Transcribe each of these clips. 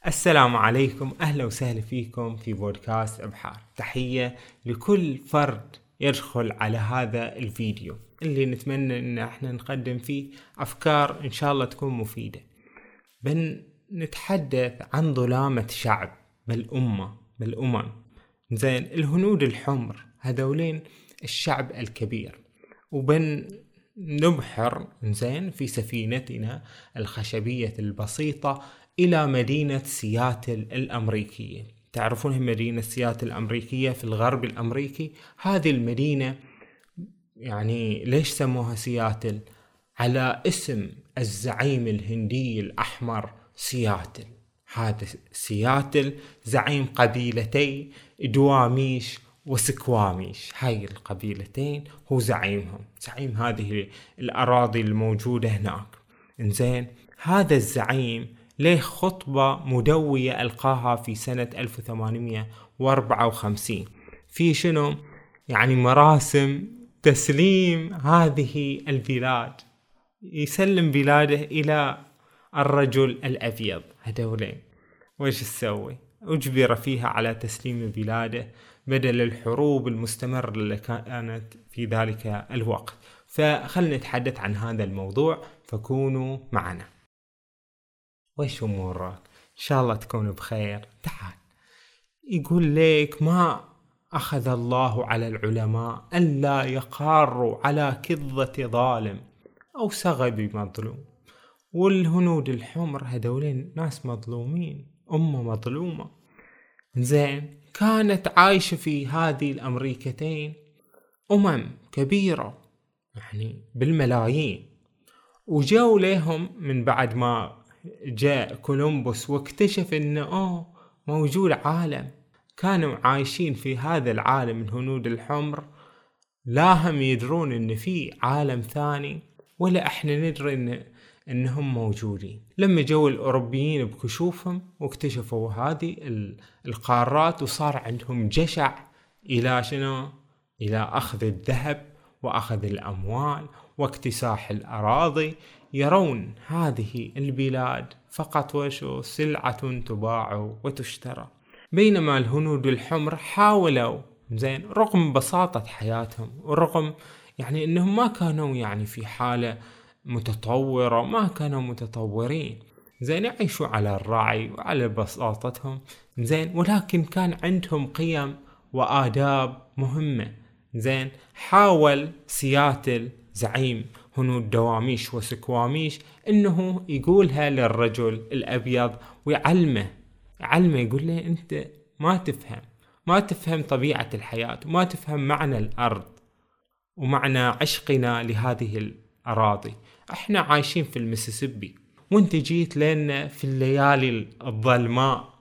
السلام عليكم، أهلا وسهلا فيكم في بودكاست أبحار. تحية لكل فرد يدخل على هذا الفيديو اللي نتمنى إن احنا نقدم فيه أفكار إن شاء الله تكون مفيدة. نتحدث عن ظلامة شعب بالأمم. زين، الهنود الحمر هذولين الشعب الكبير، نبحر زين في سفينتنا الخشبية البسيطة إلى مدينة سياتل الأمريكية. تعرفونها مدينة سياتل الأمريكية في الغرب الأمريكي. هذه المدينة يعني ليش سموها سياتل؟ على اسم الزعيم الهندي الأحمر سياتل. هذا سياتل زعيم قبيلتي دواميش وسكواميش. هاي القبيلتين هو زعيم هذه الأراضي الموجودة هناك. إنزين، هذا الزعيم له خطبة مدوية ألقاها في سنة 1854 في شنو؟ يعني مراسم تسليم هذه البلاد، يسلم بلاده إلى الرجل الأبيض. هذولين وإيش تسوي؟ أجبر فيها على تسليم بلاده بدل الحروب المستمرة اللي كانت في ذلك الوقت. فخلنا نتحدث عن هذا الموضوع، فكونوا معنا. وإيش أمورك؟ إن شاء الله تكون بخير. تعال، يقول لك: ما أخذ الله على العلماء ألا يقاروا على كظة ظالم أو صغب مظلوم. والهنود الحمر هذولين ناس مظلومين، أمة مظلومة. زين، كانت عايشة في هذه الأمريكتين كبيرة يعني بالملايين، وجاءوا لهم من بعد ما جاء كولومبوس واكتشف إنه موجود عالم. كانوا عايشين في هذا العالم الهنود الحمر، لا هم يدرون إن في عالم ثاني ولا إحنا ندري إنهم موجودين. لما جو الأوروبيين بكشوفهم واكتشفوا هذه القارات، وصار عندهم جشع إلى شنو؟ إلى أخذ الذهب وأخذ الأموال واكتساح الأراضي. يرون هذه البلاد فقط وشو؟ سلعة تباع وتشترى. بينما الهنود الحمر حاولوا، زين، رغم بساطة حياتهم ورغم يعني إنهم ما كانوا يعني في حالة متطورة، ما كانوا متطورين، زين، يعيشوا على الرعي وعلى بساطتهم، زين، ولكن كان عندهم قيم وآداب مهمة. زين، حاول سياتل زعيم هنود دواميش وسكواميش إنه يقولها للرجل الأبيض ويعلمه، يقول له: أنت ما تفهم طبيعة الحياة، وما تفهم معنى الأرض ومعنى عشقنا لهذه الأراضي. احنا عايشين في المسيسيبي، وانت جيت لنا في الليالي الظلماء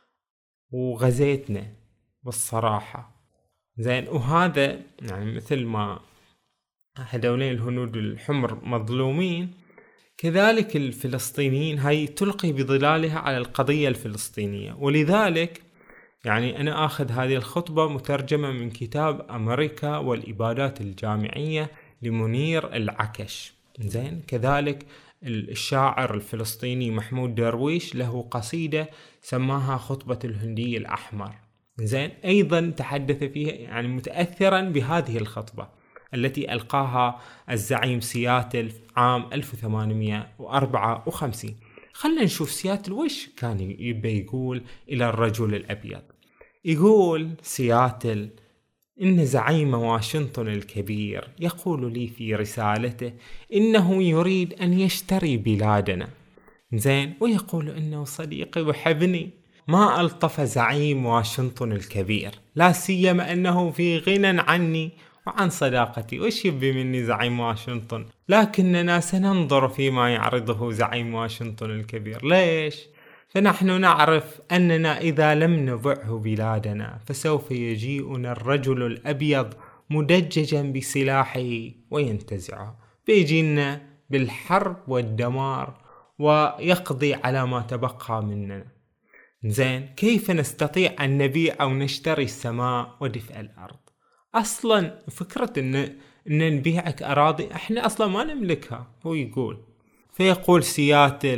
وغزيتنا بالصراحة. زين، وهذا يعني مثل ما هذولين الهنود الحمر مظلومين، كذلك الفلسطينيين هاي تلقي بظلالها على القضية الفلسطينية. ولذلك يعني أنا أخذ هذه الخطبة مترجمة من كتاب أمريكا والإبادات الجامعية لمنير العكش. زين، كذلك الشاعر الفلسطيني محمود درويش له قصيدة سماها خطبة الهندي الأحمر. زين، أيضا تحدث فيها يعني متأثرا بهذه الخطبة التي ألقاها الزعيم سياتل عام 1854. خلنا نشوف سياتل وش كان يبي يقول إلى الرجل الأبيض. يقول سياتل: إن زعيم واشنطن الكبير يقول لي في رسالته إنه يريد أن يشتري بلادنا. زين، ويقول إنه صديقي وحبني. ما ألطف زعيم واشنطن الكبير، لا سيما أنه في غنى عني وعن صداقتي. وش يبي مني زعيم واشنطن؟ لكننا سننظر فيما يعرضه زعيم واشنطن الكبير. ليش؟ فنحن نعرف أننا إذا لم نبعه بلادنا فسوف يجيئنا الرجل الأبيض مدججا بسلاحه وينتزعه، بيجينا بالحرب والدمار ويقضي على ما تبقى مننا. زين، كيف نستطيع أن نبيع أو نشتري السماء ودفء الأرض؟ أصلا فكرة إن نبيعك أراضي إحنا أصلا ما نملكها. هو يقول، فيقول سياتل: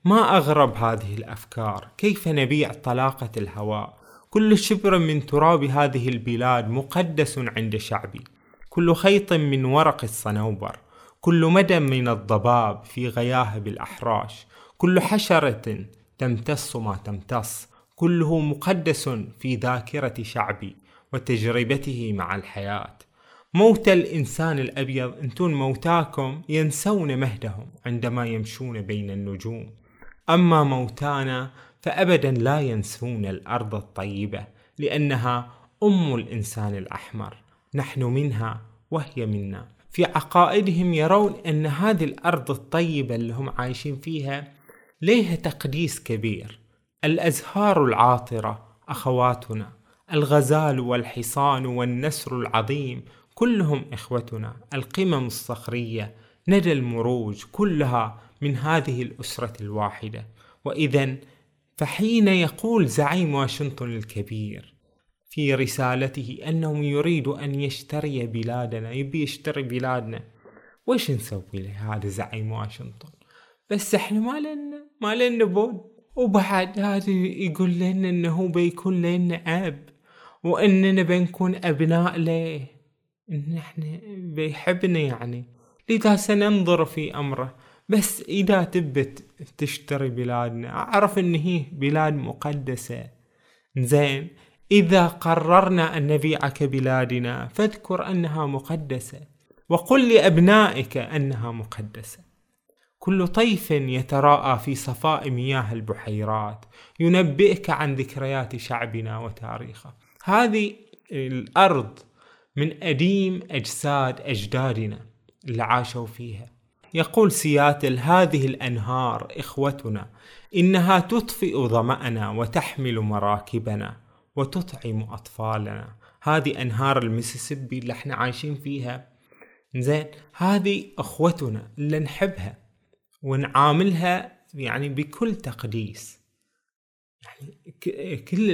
ما أغرب هذه الأفكار، كيف نبيع طلاقة الهواء؟ كل شبر من تراب هذه البلاد مقدس عند شعبي، كل خيط من ورق الصنوبر، كل مدى من الضباب في غياهب الأحراش، كل حشرة تمتص ما تمتص، كله مقدس في ذاكرة شعبي وتجربته مع الحياة. موت الإنسان الأبيض انتون موتاكم ينسون مهدهم عندما يمشون بين النجوم، أما موتانا فأبدا لا ينسون الأرض الطيبة، لأنها أم الإنسان الأحمر، نحن منها وهي منا. في عقائدهم يرون أن هذه الأرض الطيبة اللي هم عايشين فيها ليها تقديس كبير. الأزهار العاطرة أخواتنا، الغزال والحصان والنسر العظيم كلهم إخوتنا، القمم الصخرية، ندى المروج، كلها من هذه الأسرة الواحدة. وإذن فحين يقول زعيم واشنطن الكبير في رسالته أنه يريد أن يشتري بلادنا، يبي يشتري بلادنا، وش نسوي له هذا زعيم واشنطن؟ بس احنا ما لنا بود، وبعد هذا يقول لنا انه بيكون لنا اب، واننا بنكون ابناء له، ان احنا بيحبنا يعني، لذا سننظر في امره. بس اذا تبت تشتري بلادنا اعرف ان هي بلاد مقدسة، زين، اذا قررنا ان نبيعك بلادنا فاذكر انها مقدسة، وقل لابنائك انها مقدسة. كل طيف يتراءى في صفاء مياه البحيرات ينبئك عن ذكريات شعبنا وتاريخه. هذه الأرض من أديم أجساد أجدادنا اللي عاشوا فيها. يقول سياتل: هذه الأنهار إخوتنا، إنها تطفئ ظمأنا وتحمل مراكبنا وتطعم أطفالنا. هذه أنهار المسيسيبي اللي احنا عايشين فيها، زين، هذه أخوتنا اللي نحبها ونعاملها يعني بكل تقديس. يعني كل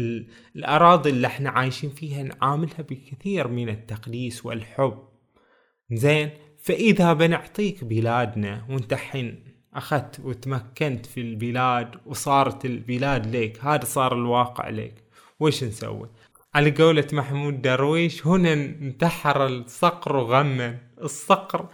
الأراضي اللي احنا عايشين فيها نعاملها بكثير من التقديس والحب، زين. فإذا بنعطيك بلادنا وانت حين أخذت وتمكنت في البلاد وصارت البلاد لك، هذا صار الواقع لك، وش نسوي؟ على قولة محمود درويش: هنا انتحر الصقر غما. الصقر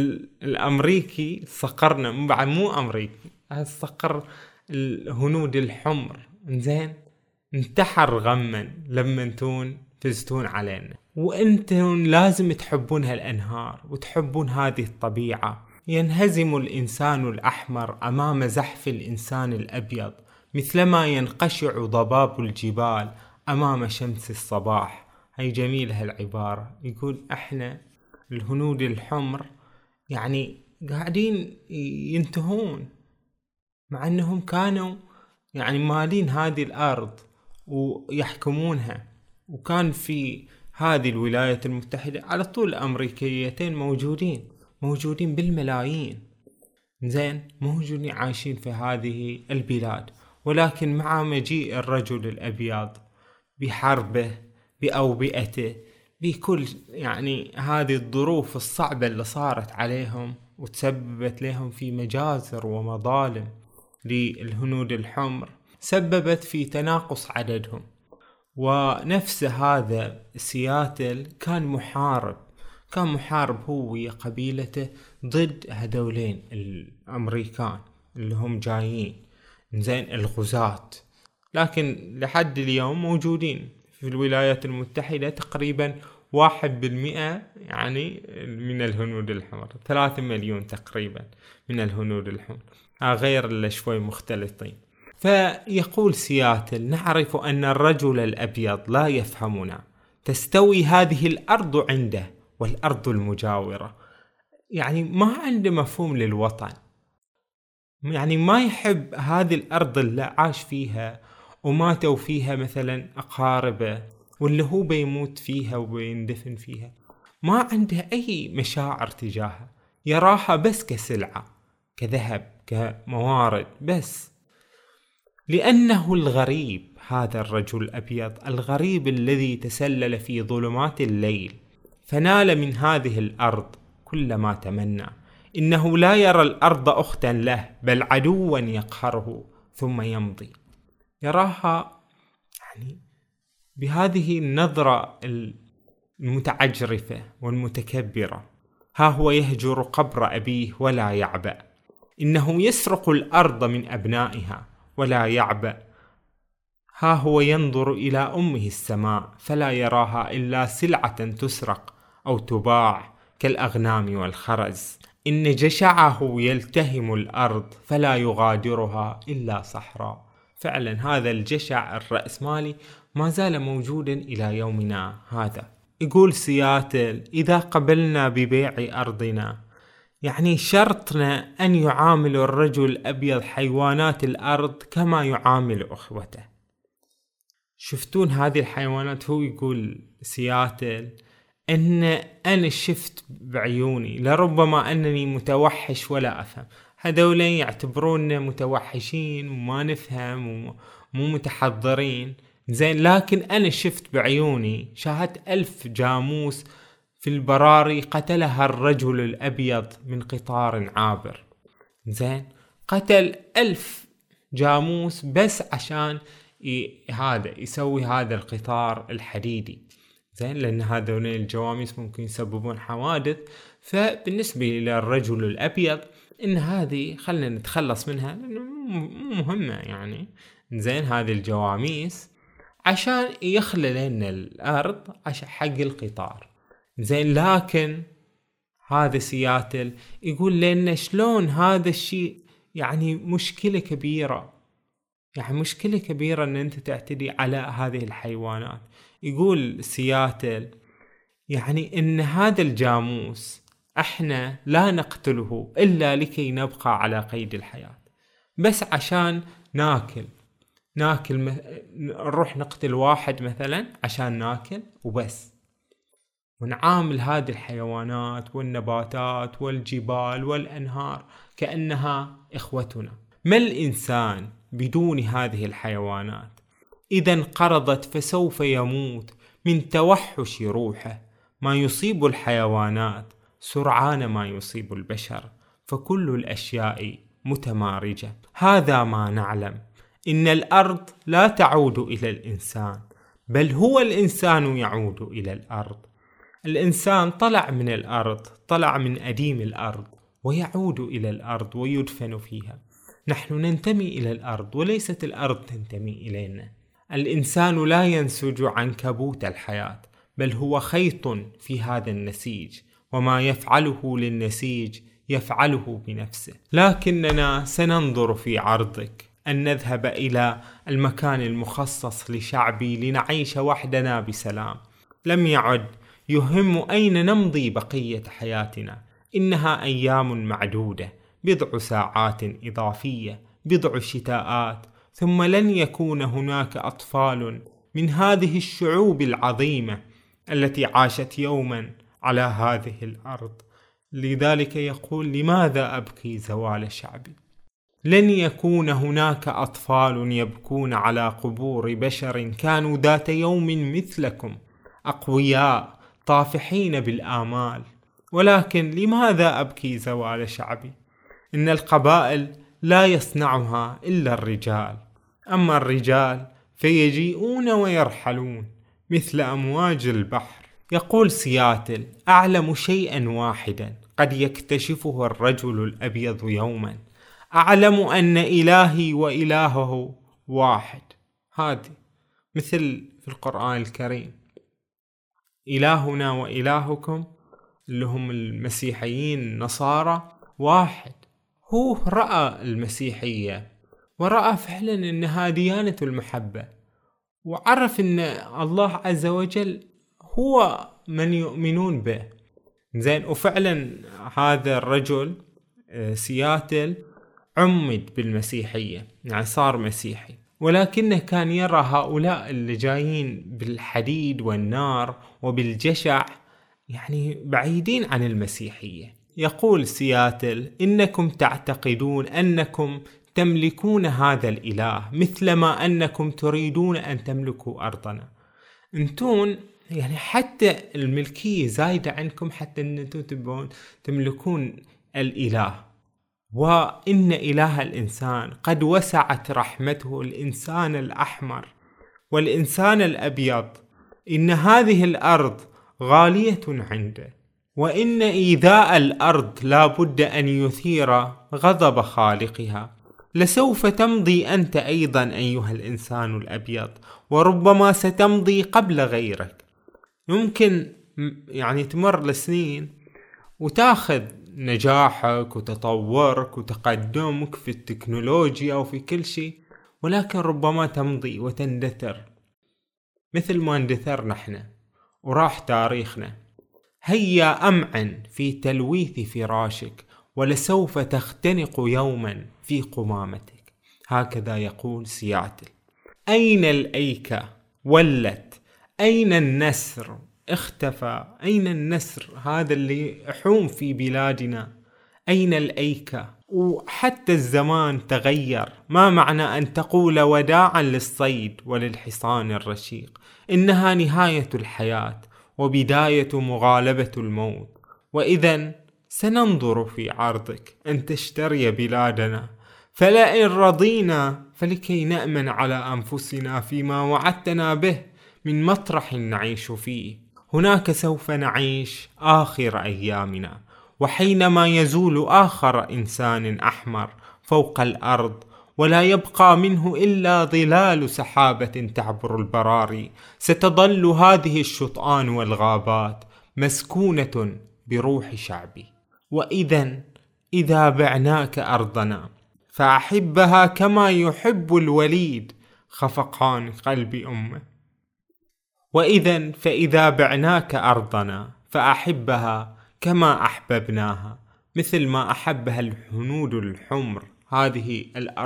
الأمريكي صقرنا، مو أمريكي، الصقر الهنود الحمر، زين، انتحر غما لما انتون فزتون علينا. وانتون لازم تحبون هالأنهار وتحبون هذه الطبيعة. ينهزم الإنسان الأحمر أمام زحف الإنسان الأبيض، مثلما ينقشع ضباب الجبال أمام شمس الصباح. هي جميلة هالعبارة. يقول احنا الهنود الحمر يعني قاعدين ينتهون، مع انهم كانوا يعني مالين هذه الارض ويحكمونها، وكان في هذه الولايات المتحدة على طول الامريكيتين موجودين بالملايين، زين، موجودين عايشين في هذه البلاد. ولكن مع مجيء الرجل الابيض بحربه بأوبئته بكل يعني هذه الظروف الصعبة اللي صارت عليهم وتسببت لهم في مجازر ومظالم للهنود الحمر، سببت في تناقص عددهم. ونفس هذا سياتل كان محارب هو وقبيلته ضد هذولين الأمريكان اللي هم جايين، زين، الغزاة. لكن لحد اليوم موجودين في الولايات المتحدة تقريبا 1% يعني من الهنود الحمر، 3 مليون تقريبا من الهنود الحمر، غير اللي شوي مختلطين. فيقول سياتل: نعرف أن الرجل الأبيض لا يفهمنا، تستوي هذه الأرض عنده والأرض المجاورة. يعني ما عنده مفهوم للوطن، يعني ما يحب هذه الأرض اللي عاش فيها وماتوا فيها مثلا أقاربه، واللي هو بيموت فيها وبيندفن فيها. ما عنده أي مشاعر تجاهها، يراها بس كسلعة، كذهب، كموارد بس. لأنه الغريب، هذا الرجل الأبيض الغريب الذي تسلل في ظلمات الليل فنال من هذه الأرض كل ما تمنى. إنه لا يرى الأرض أختا له بل عدوا يقهره ثم يمضي. يراها يعني بهذه النظرة المتعجرفة والمتكبرة. ها هو يهجر قبر أبيه ولا يعبأ، إنه يسرق الأرض من أبنائها ولا يعبأ. ها هو ينظر إلى أمه السماء فلا يراها إلا سلعة تسرق أو تباع كالأغنام والخرز. إن جشعه يلتهم الأرض فلا يغادرها إلا صحراء. فعلا هذا الجشع الرأسمالي ما زال موجودا إلى يومنا هذا. يقول سياتل: إذا قبلنا ببيع أرضنا، يعني شرطنا أن يعامل الرجل الأبيض حيوانات الأرض كما يعامل أخوته. شفتون هذه الحيوانات؟ هو يقول سياتل أن أنا شفت بعيوني، لربما أنني متوحش ولا أفهم. هذولين يعتبروننا متوحشين وما نفهم ومو متحضرين، زين، لكن أنا شفت بعيوني، شاهدت 1000 جاموس في البراري قتلها الرجل الأبيض من قطار عابر. زين، قتل 1000 جاموس بس عشان هذا يسوي هذا القطار الحديدي. زين، لأن هذول الجواميس ممكن يسببون حوادث، فبالنسبة للرجل الأبيض إن هذه خلنا نتخلص منها لأنه مو مهمة يعني. زين، هذه الجواميس عشان يخلى لنا الأرض عشان حق القطار. زين، لكن هذا سياتل يقول لنا شلون هذا الشيء يعني مشكلة كبيرة، يعني مشكلة كبيرة أن أنت تعتدي على هذه الحيوانات. يقول سياتل يعني إن هذا الجاموس احنا لا نقتله إلا لكي نبقى على قيد الحياة، بس عشان ناكل نروح نقتل واحد مثلا عشان ناكل وبس، ونعامل هذه الحيوانات والنباتات والجبال والأنهار كأنها إخوتنا. ما الإنسان بدون هذه الحيوانات؟ إذا انقرضت فسوف يموت من توحش روحه. ما يصيب الحيوانات سرعان ما يصيب البشر، فكل الأشياء متمارجة. هذا ما نعلم، إن الأرض لا تعود إلى الإنسان، بل هو الإنسان يعود إلى الأرض. الإنسان طلع من الأرض، طلع من أديم الأرض ويعود إلى الأرض ويدفن فيها. نحن ننتمي إلى الأرض وليست الأرض تنتمي إلينا. الإنسان لا ينسج عنكبوت الحياة، بل هو خيط في هذا النسيج، وما يفعله للنسيج يفعله بنفسه. لكننا سننظر في عرضك أن نذهب إلى المكان المخصص لشعبي لنعيش وحدنا بسلام. لم يعد يهم أين نمضي بقية حياتنا، إنها أيام معدودة، بضع ساعات إضافية، بضع شتاءات، ثم لن يكون هناك أطفال من هذه الشعوب العظيمة التي عاشت يوما على هذه الأرض. لذلك يقول: لماذا أبكي زوال شعبي؟ لن يكون هناك أطفال يبكون على قبور بشر كانوا ذات يوم مثلكم، أقوياء طافحين بالآمال. ولكن لماذا أبكي زوال شعبي؟ إن القبائل لا يصنعها إلا الرجال، أما الرجال فيجيئون ويرحلون مثل أمواج البحر. يقول سياتل: أعلم شيئا واحدا قد يكتشفه الرجل الأبيض يوما، أعلم أن إلهي وإلهه واحد. هذه مثل في القرآن الكريم: إلهنا وإلهكم اللي هم المسيحيين النصارى واحد. هو رأى المسيحية ورأى فعلا أنها ديانة المحبة، وعرف أن الله عز وجل هو من يؤمنون به. زين، وفعلا هذا الرجل سياتل عمد بالمسيحية، يعني صار مسيحي، ولكنه كان يرى هؤلاء اللي جايين بالحديد والنار وبالجشع يعني بعيدين عن المسيحية. يقول سياتل: إنكم تعتقدون أنكم تملكون هذا الإله مثلما أنكم تريدون أن تملكوا أرضنا. أنتون يعني حتى الملكية زايدة عنكم، حتى أن أنتم تبون تملكون الإله، وإن إله الإنسان قد وسعت رحمته الإنسان الأحمر والإنسان الأبيض، إن هذه الأرض غالية عنده، وإن إيذاء الأرض لا بد أن يثير غضب خالقها. لسوف تمضي أنت أيضا أيها الإنسان الأبيض، وربما ستمضي قبل غيرك. يمكن يعني تمر لسنين وتاخذ نجاحك وتطورك وتقدمك في التكنولوجيا وفي كل شيء، ولكن ربما تمضي وتندثر مثل ما اندثرنا احنا وراح تاريخنا. هيا أمعن في تلويث فراشك، ولسوف تختنق يوما في قمامتك. هكذا يقول سياتل. أين الأيكة ولت؟ أين النسر اختفى؟ أين النسر هذا اللي يحوم في بلادنا؟ أين الأيكة؟ وحتى الزمان تغير. ما معنى أن تقول وداعا للصيد وللحصان الرشيق؟ إنها نهاية الحياة وبداية مغالبة الموت. وإذا سننظر في عرضك أن تشتري بلادنا، فلئن رضينا فلكي نأمن على أنفسنا فيما وعدتنا به من مطرح نعيش فيه. هناك سوف نعيش آخر أيامنا، وحينما يزول آخر إنسان أحمر فوق الأرض ولا يبقى منه إلا ظلال سحابة تعبر البراري، ستظل هذه الشطآن والغابات مسكونة بروح شعبي. إذا بعناك أرضنا فأحبها كما يحب الوليد خفقان قلب أمه. فإذا بعناك أرضنا فأحبها كما أحببناها، مثل ما أحبها الهنود الحمر، هذه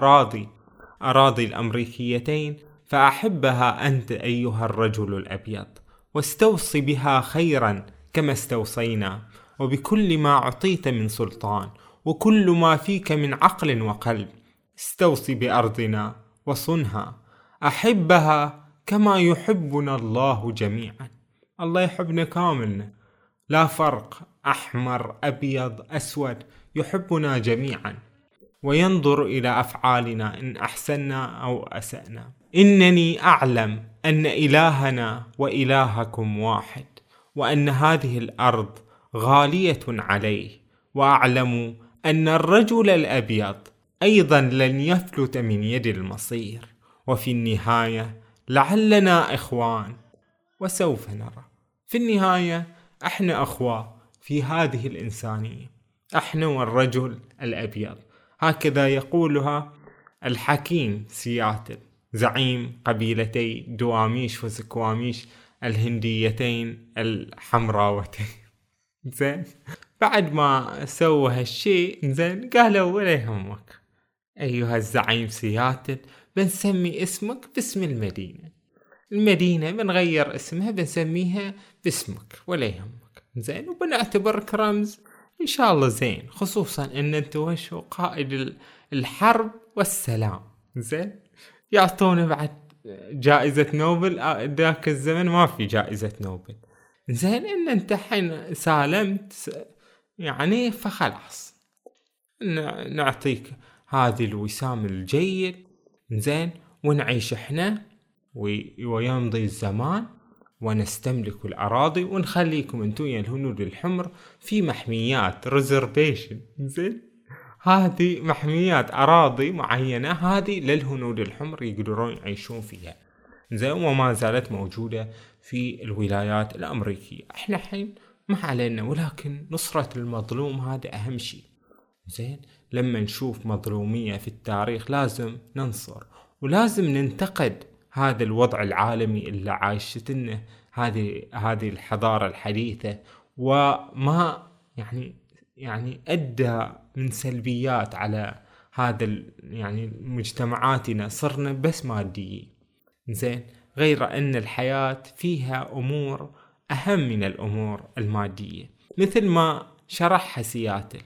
أراضي الأمريكيتين، فأحبها أنت أيها الرجل الأبيض، واستوصي بها خيرا كما استوصينا، وبكل ما أعطيت من سلطان وكل ما فيك من عقل وقلب. استوصي بأرضنا وصنها، أحبها كما يحبنا الله جميعا. الله يحبنا كاملنا، لا فرق، أحمر أبيض أسود، يحبنا جميعا وينظر إلى أفعالنا إن أحسننا أو أسأنا. إنني أعلم أن إلهنا وإلهكم واحد، وأن هذه الأرض غالية عليه، وأعلم أن الرجل الأبيض أيضا لن يفلت من يد المصير، وفي النهاية لعلنا إخوان وسوف نرى. في النهاية احنا أخوة في هذه الإنسانية، احنا والرجل الأبيض. هكذا يقولها الحكيم سياتل، زعيم قبيلتي دواميش وسكواميش الهنديتين الحمراوتين. زين، بعد ما سوى هالشيء زين قالوا ولا يهمك أيها الزعيم سياتل، بنسمي اسمك باسم المدينة بنغير اسمها بنسميها باسمك ولا يهمك. زين، وبنعتبرك رمز إن شاء الله. زين، خصوصا إن أنت وشو قائد الحرب والسلام. زين، يعطونا بعد جائزة نوبل. ذاك الزمن ما في جائزة نوبل. زين، إن أنت حين سالمت يعني فخلاص نعطيك هذه الوسام الجيد. زين، ونعيش إحنا ويمضي الزمان ونستملك الأراضي، ونخليكم انتو يا الهنود الحمر في محميات ريزرفيشن. زين، هذه محميات أراضي معينة هذه للهنود الحمر يقدرون يعيشون فيها. زين، وما زالت موجودة في الولايات الأمريكية. احنا حين ما علينا، ولكن نصرة المظلوم هذا أهم شيء. زين، لما نشوف مظلومية في التاريخ لازم ننصر، ولازم ننتقد هذا الوضع العالمي اللي عايشتنا هذه الحضارة الحديثة، وما يعني أدى من سلبيات على هذا يعني مجتمعاتنا. صرنا بس ماديين. زين، غير أن الحياة فيها أمور أهم من الأمور المادية، مثل ما شرح سياتل.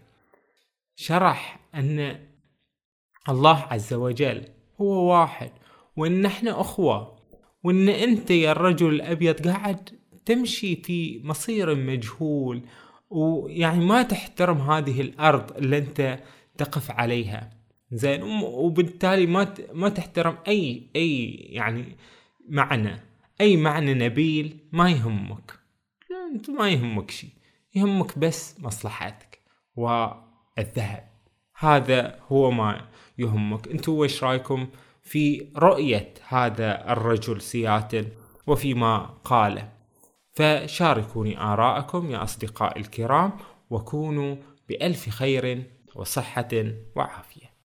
شرح أن الله عز وجل هو واحد، وإن احنا أخوة، وإن أنت يا الرجل الأبيض قاعد تمشي في مصير مجهول ويعني ما تحترم هذه الأرض اللي أنت تقف عليها، زين، وبالتالي ما تحترم أي يعني أي معنى نبيل ما يهمك. أنت ما يهمك شيء، يهمك بس مصلحتك والذهب، هذا هو ما يهمك. أنتوا وإيش رأيكم في رؤية هذا الرجل سياتل وفيما قاله؟ فشاركوني آراءكم يا أصدقائي الكرام، وكونوا بألف خير وصحة وعافية.